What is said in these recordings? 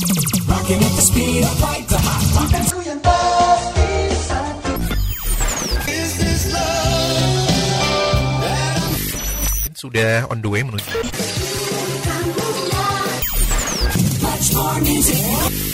Rocking at the speed of light, the hot rock and roll yang pasti satu. Is this love? Sudah on the way menuju. Much more music.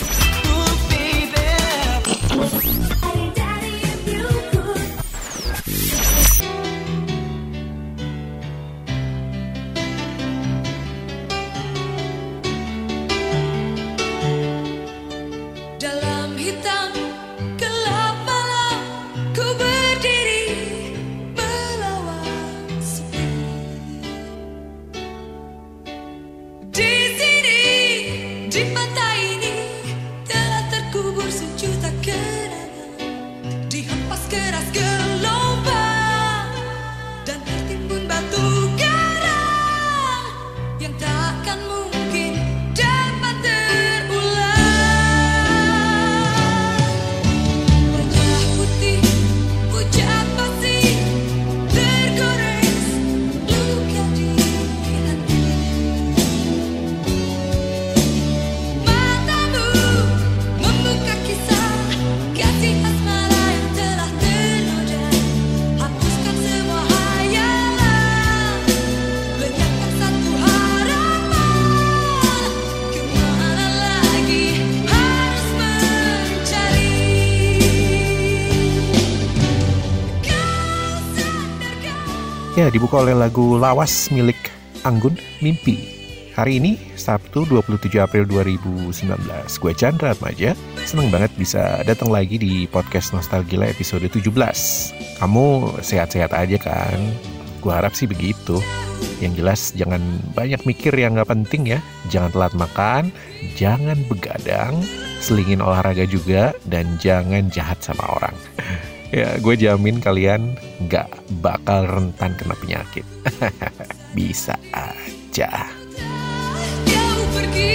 Ya, dibuka oleh lagu lawas milik Anggun, Mimpi. Hari ini, Sabtu 27 April 2019. Gue Chandra Atmaja. Seneng banget bisa datang lagi di podcast Nostalgila episode 17. Kamu sehat-sehat aja kan? Gue harap sih begitu. Yang jelas jangan banyak mikir yang gak penting ya. Jangan telat makan, jangan begadang, selingin olahraga juga, dan jangan jahat sama orang. Ya, gue jamin kalian gak bakal rentan kena penyakit. Bisa aja. Jauh pergi,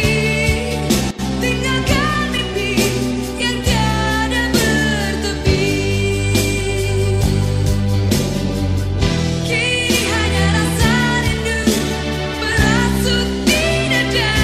tinggalkan mimpi yang tiada bertepi. Kini hanya rasa rindu berasut di dada.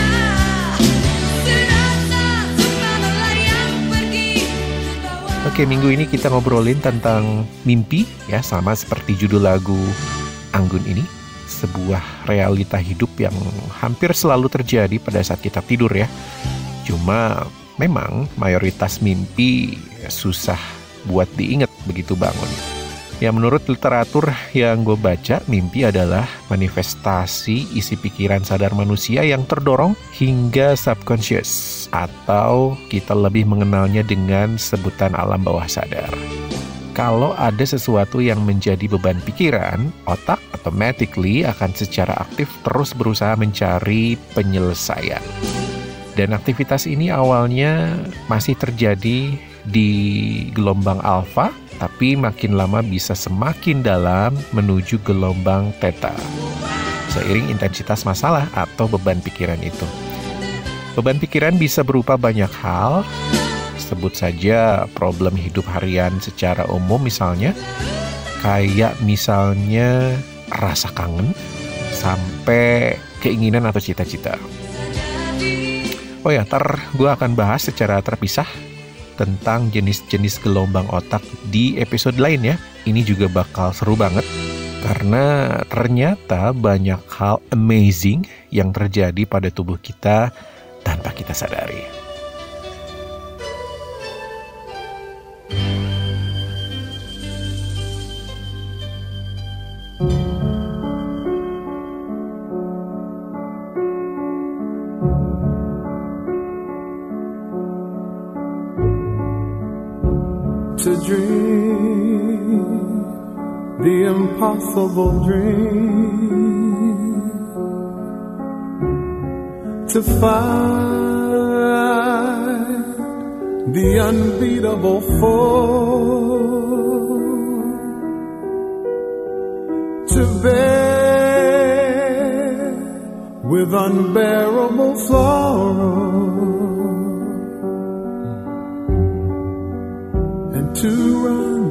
Serasa suka melayang pergi. Oke, minggu ini kita ngobrolin tentang mimpi ya, sama seperti judul lagu Anggun ini. Sebuah realita hidup yang hampir selalu terjadi pada saat kita tidur ya. Cuma memang mayoritas mimpi susah buat diingat begitu bangun. Ya, menurut literatur yang gue baca, mimpi adalah manifestasi isi pikiran sadar manusia yang terdorong hingga subconscious, atau kita lebih mengenalnya dengan sebutan alam bawah sadar. Kalau ada sesuatu yang menjadi beban pikiran, otak automatically akan secara aktif terus berusaha mencari penyelesaian. Dan aktivitas ini awalnya masih terjadi di gelombang alfa, tapi makin lama bisa semakin dalam menuju gelombang theta, seiring intensitas masalah atau beban pikiran itu. Beban pikiran bisa berupa banyak hal. Sebut saja problem hidup harian secara umum misalnya, kayak misalnya rasa kangen, sampai keinginan atau cita-cita. Oh ya, ntar gue akan bahas secara terpisah tentang jenis-jenis gelombang otak di episode lain ya. Ini juga bakal seru banget, karena ternyata banyak hal amazing yang terjadi pada tubuh kita tanpa kita sadari. To dream the impossible dream, to find the unbeatable foe, to bear with unbearable sorrow, to run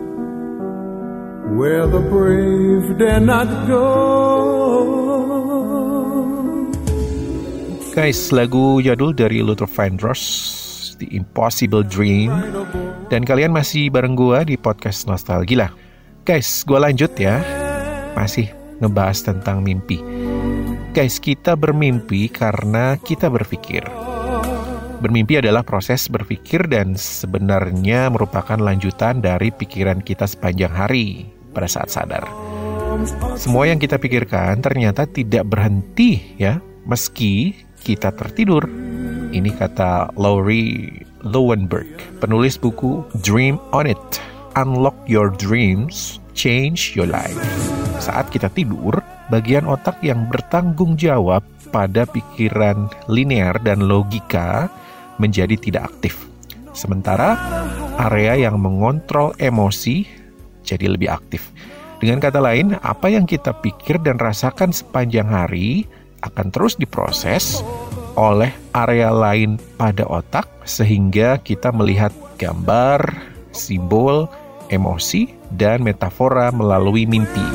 where the brave dare not go. Guys, lagu jadul dari Luther Vandross, The Impossible Dream. Dan kalian masih bareng gua di podcast Nostalgia. Guys, gua lanjut ya. Masih ngebahas tentang mimpi. Guys, kita bermimpi karena kita berpikir. Bermimpi adalah proses berpikir dan sebenarnya merupakan lanjutan dari pikiran kita sepanjang hari pada saat sadar. Semua yang kita pikirkan ternyata tidak berhenti ya, meski kita tertidur. Ini kata Laurie Lowenberg, penulis buku Dream on It, Unlock Your Dreams, Change Your Life. Saat kita tidur, bagian otak yang bertanggung jawab pada pikiran linear dan logika menjadi tidak aktif. Sementara area yang mengontrol emosi jadi lebih aktif. Dengan kata lain, apa yang kita pikir dan rasakan sepanjang hari akan terus diproses oleh area lain pada otak sehingga kita melihat gambar, simbol, emosi, dan metafora melalui mimpi.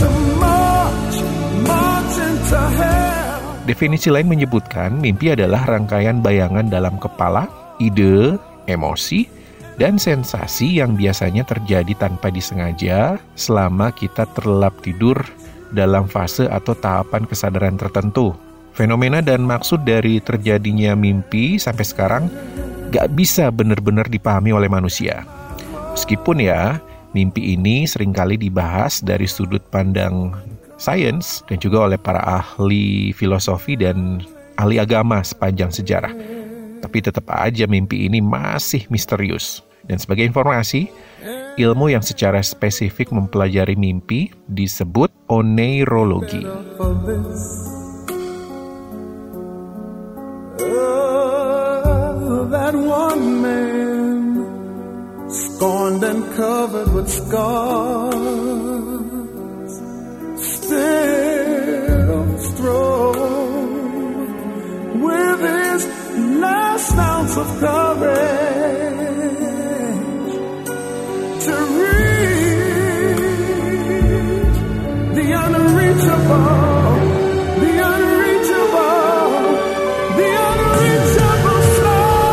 Definisi lain menyebutkan mimpi adalah rangkaian bayangan dalam kepala, ide, emosi, dan sensasi yang biasanya terjadi tanpa disengaja selama kita terlelap tidur dalam fase atau tahapan kesadaran tertentu. Fenomena dan maksud dari terjadinya mimpi sampai sekarang gak bisa benar-benar dipahami oleh manusia. Meskipun ya, mimpi ini seringkali dibahas dari sudut pandang sains dan juga oleh para ahli filosofi dan ahli agama sepanjang sejarah. Tapi tetap aja mimpi ini masih misterius. Dan sebagai informasi, ilmu yang secara spesifik mempelajari mimpi disebut oneirologi. That one man, scorned and covered with scars, still strong with his last ounce of courage to reach the unreachable, the unreachable, the unreachable star.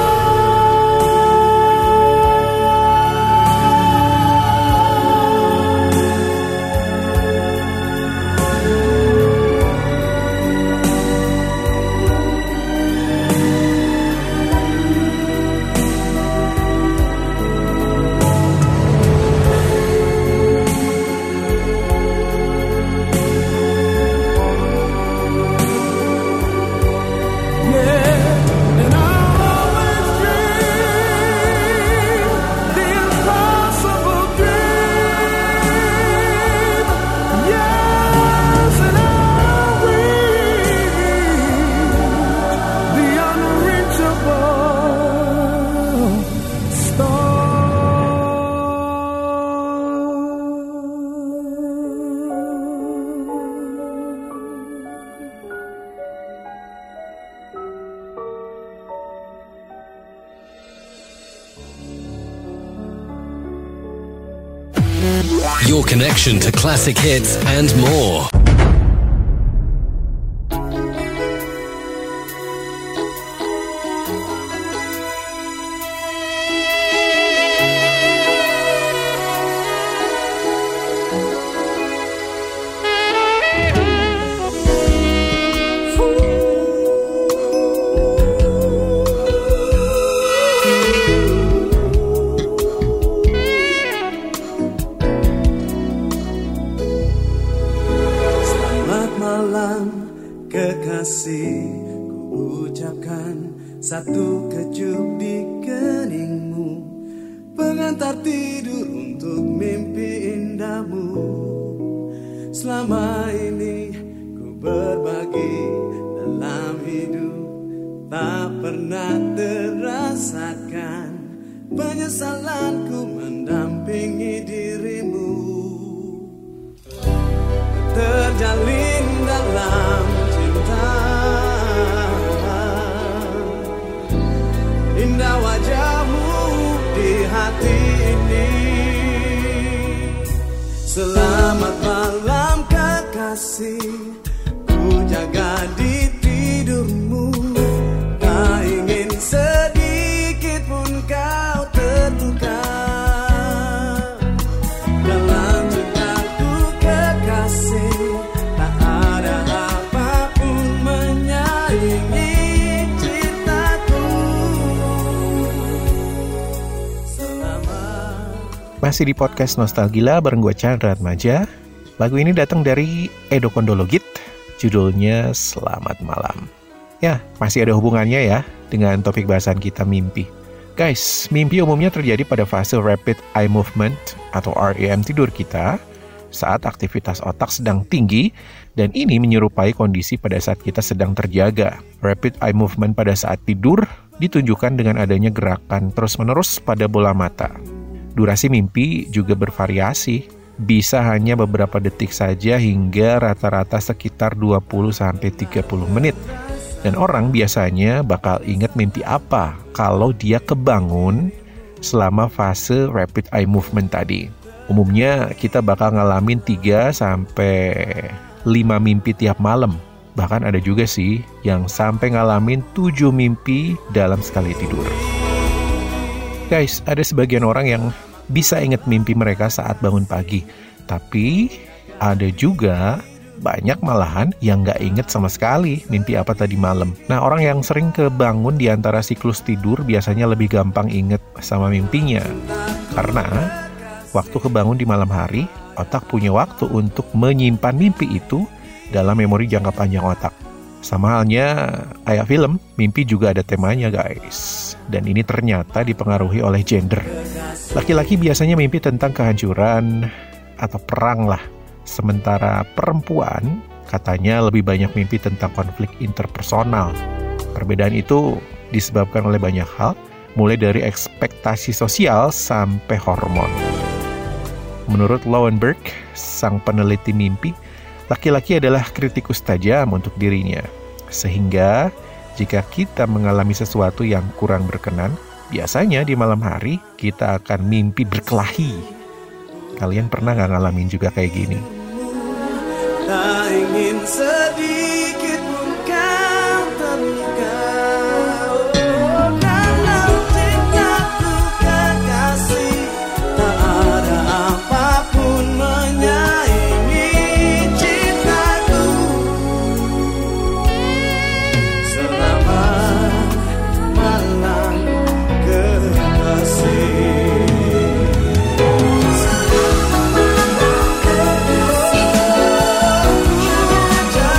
Your connection to classic hits and more. Kekasih, ku ucapkan satu kecup di keningmu, pengantar tidur untuk mimpi indahmu. Selama ini ku berbagi dalam hidup, tak pernah terasakan penyesalanku mendampingi dirimu. Terjalin dalam cinta, indah wajahmu di hati ini. Selamat malam kekasih, ku jaga di tidurmu. Masih di podcast Nostalgila bareng gue Chandra Atmaja. Lagu ini datang dari Edo Kondologit, judulnya Selamat Malam. Ya, masih ada hubungannya ya dengan topik bahasan kita mimpi. Guys, mimpi umumnya terjadi pada fase Rapid Eye Movement atau REM tidur kita saat aktivitas otak sedang tinggi, dan ini menyerupai kondisi pada saat kita sedang terjaga. Rapid Eye Movement pada saat tidur ditunjukkan dengan adanya gerakan terus-menerus pada bola mata. Durasi mimpi juga bervariasi, bisa hanya beberapa detik saja hingga rata-rata sekitar 20-30 menit. Dan orang biasanya bakal ingat mimpi apa kalau dia kebangun selama fase Rapid Eye Movement tadi. Umumnya kita bakal ngalamin 3-5 mimpi tiap malam. Bahkan ada juga sih yang sampai ngalamin 7 mimpi dalam sekali tidur. Guys, ada sebagian orang yang bisa ingat mimpi mereka saat bangun pagi. Tapi ada juga banyak malahan yang nggak inget sama sekali mimpi apa tadi malam. Nah, orang yang sering kebangun di antara siklus tidur biasanya lebih gampang inget sama mimpinya. Karena waktu kebangun di malam hari, otak punya waktu untuk menyimpan mimpi itu dalam memori jangka panjang otak. Sama halnya kayak film, mimpi juga ada temanya guys. Dan ini ternyata dipengaruhi oleh gender. Laki-laki biasanya mimpi tentang kehancuran atau perang lah. Sementara perempuan katanya lebih banyak mimpi tentang konflik interpersonal. Perbedaan itu disebabkan oleh banyak hal, mulai dari ekspektasi sosial sampai hormon. Menurut Lowenberg, sang peneliti mimpi, laki-laki adalah kritikus tajam untuk dirinya. Sehingga jika kita mengalami sesuatu yang kurang berkenan, biasanya di malam hari kita akan mimpi berkelahi. Kalian pernah gak ngalamin juga kayak gini? Tak ingin sedikit pun kau terluka. Oh, dalam cintaku kekasih, tak ada apapun menyaingi cintaku. Selamat malam kekasih. Jangan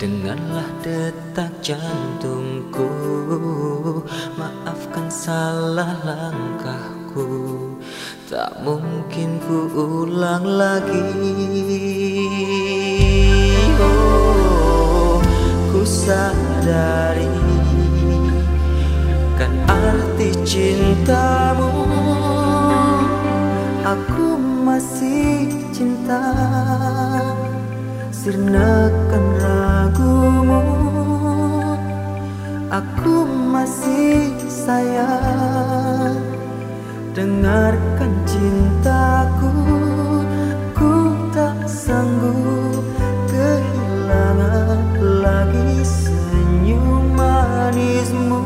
Dengarlah detak jantungku, maafkan salah langkahku, tak mungkin ku ulang lagi. Oh, ku sadari kan arti cintamu, aku masih cinta. Sirnakan ragumu, aku masih sayang. Dengarkan cintaku, ku tak sanggup kehilangan lagi senyum manismu.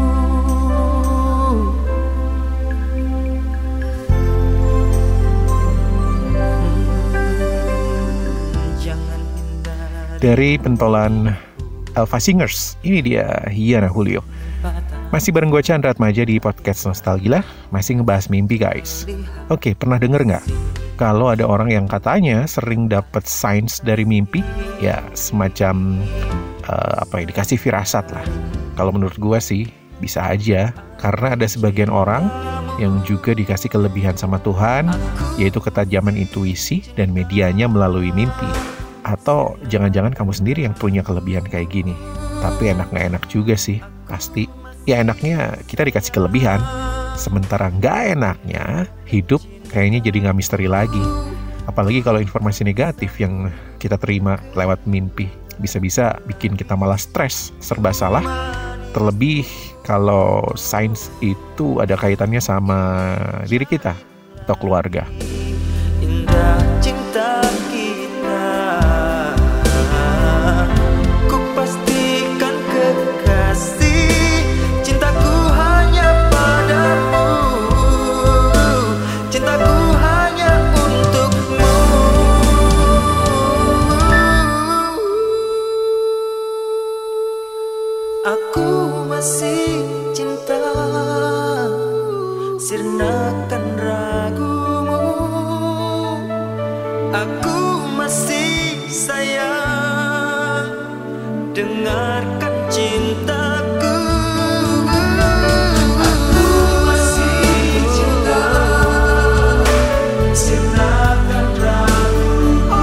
Dari pentolan Alpha Singers, ini dia Yana Julio. Masih bareng gue Chandra Atmaja di podcast Nostalgia, masih ngebahas mimpi guys. Oke, pernah denger nggak kalau ada orang yang katanya sering dapat signs dari mimpi? Ya semacam dikasih firasat lah. Kalau menurut gue sih bisa aja, karena ada sebagian orang yang juga dikasih kelebihan sama Tuhan, yaitu ketajaman intuisi dan medianya melalui mimpi. Atau jangan-jangan kamu sendiri yang punya kelebihan kayak gini. Tapi enak gak enak juga sih, pasti. Ya enaknya kita dikasih kelebihan, sementara gak enaknya hidup kayaknya jadi gak misteri lagi. Apalagi kalau informasi negatif yang kita terima lewat mimpi, bisa-bisa bikin kita malah stres, serba salah. Terlebih kalau sains itu ada kaitannya sama diri kita atau keluarga. Indah cinta kita, ku pastikan kekasih, cintaku hanya padamu, cintaku hanya untukmu. Aku masih cinta, sirnakan ragumu, aku masih sayang. Dengarkan cintaku, aku masih cinta, sirnakan ragumu,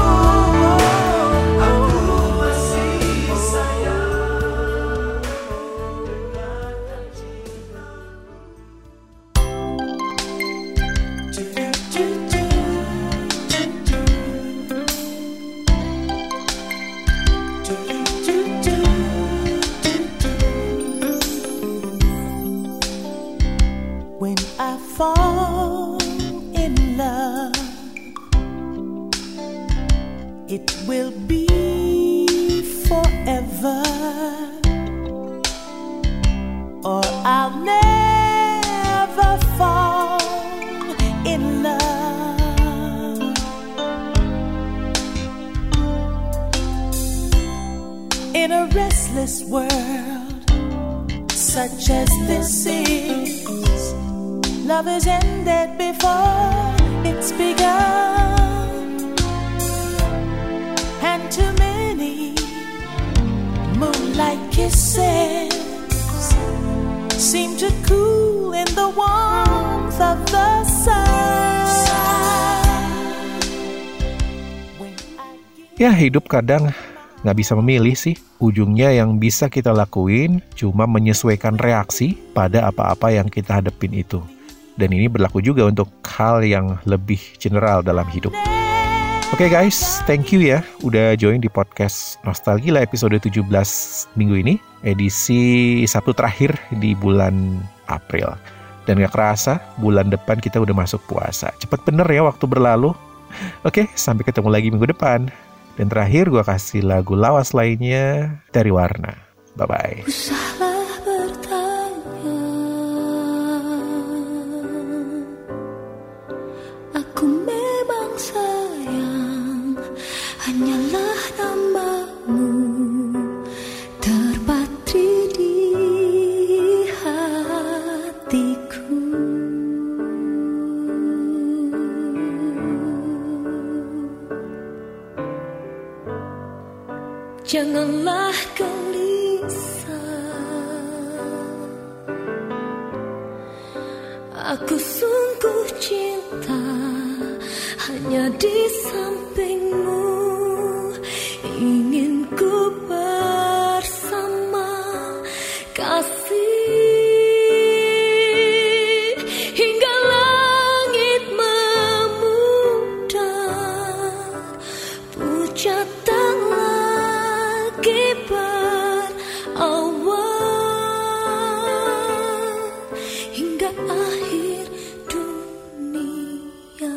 aku masih sayang. Dengarkan cintaku. When I fall in love, it will be forever, or I'll never fall in love. In a restless world such as this is, love is ended before it's begun, and too many moonlight kisses seem to cool in the warmth of the sun. When I give Ya hidup kadang nggak bisa memilih sih. Ujungnya yang bisa kita lakuin cuma menyesuaikan reaksi pada apa-apa yang kita hadapin itu. Dan ini berlaku juga untuk hal yang lebih general dalam hidup. Oke guys, thank you ya udah join di podcast Nostalgia episode 17 minggu ini. Edisi Sabtu terakhir di bulan April. Dan gak kerasa, bulan depan kita udah masuk puasa. Cepet bener ya waktu berlalu. Oke, sampai ketemu lagi minggu depan. Dan terakhir gue kasih lagu lawas lainnya dari Warna. Bye-bye. Salah bertanya, aku memang sayang, hanyalah namamu terpatri di hatiku. Janganlah gelisah, aku sungguh cinta hanya di sampingmu. Ingin ku bersama kasih hingga langit memudar, pucat tak lagi berawal hingga akhir dunia.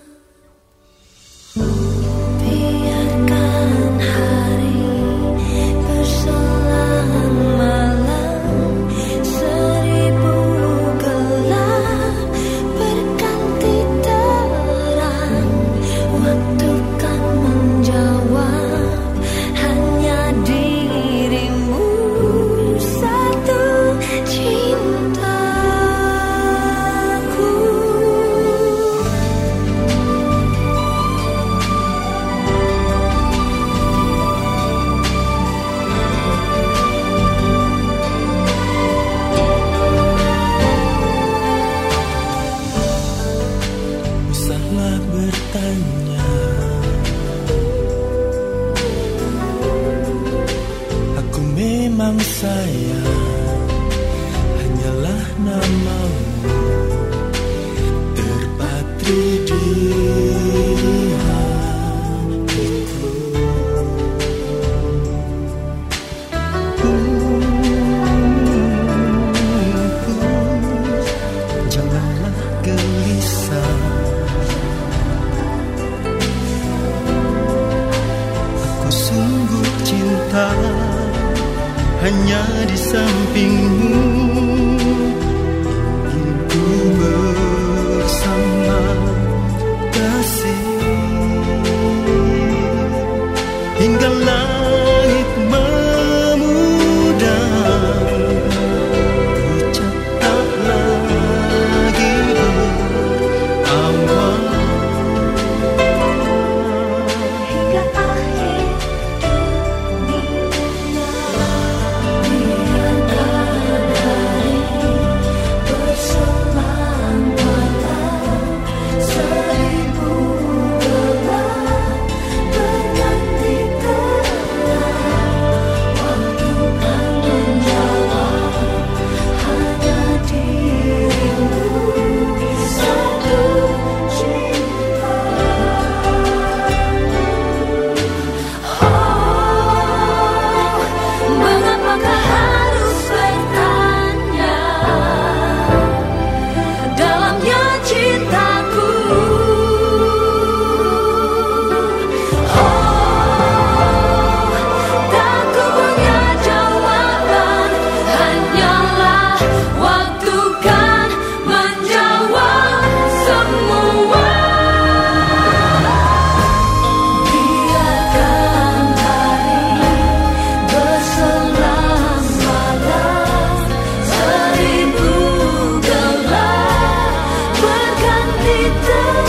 Biarkan hari berselang malam, seribu gelap berganti terang. Waktu kan menjawab, hanya dirimu satu cintaku. Usahlah bertanya, aku memang sayang, hanyalah namamu terpatri di hatiku. Janganlah gelisah, aku sungguh cinta hanya di sampingmu. Ingin ku bersama kasih hingga langit memudar, pucat tak lagi berawal Hingga akhir dunia. Biarkan hari berselang malam, seribu gelap berganti terang. Waktu kan menjawab, hanya dirimu satu cinta. Mengapakah harus bertanya dalamnya cintaku? Tak ku punya jawaban, hanyalah waktu kan menjawab semua. Biarkan hari berselang malam, seribu gelap berganti terang.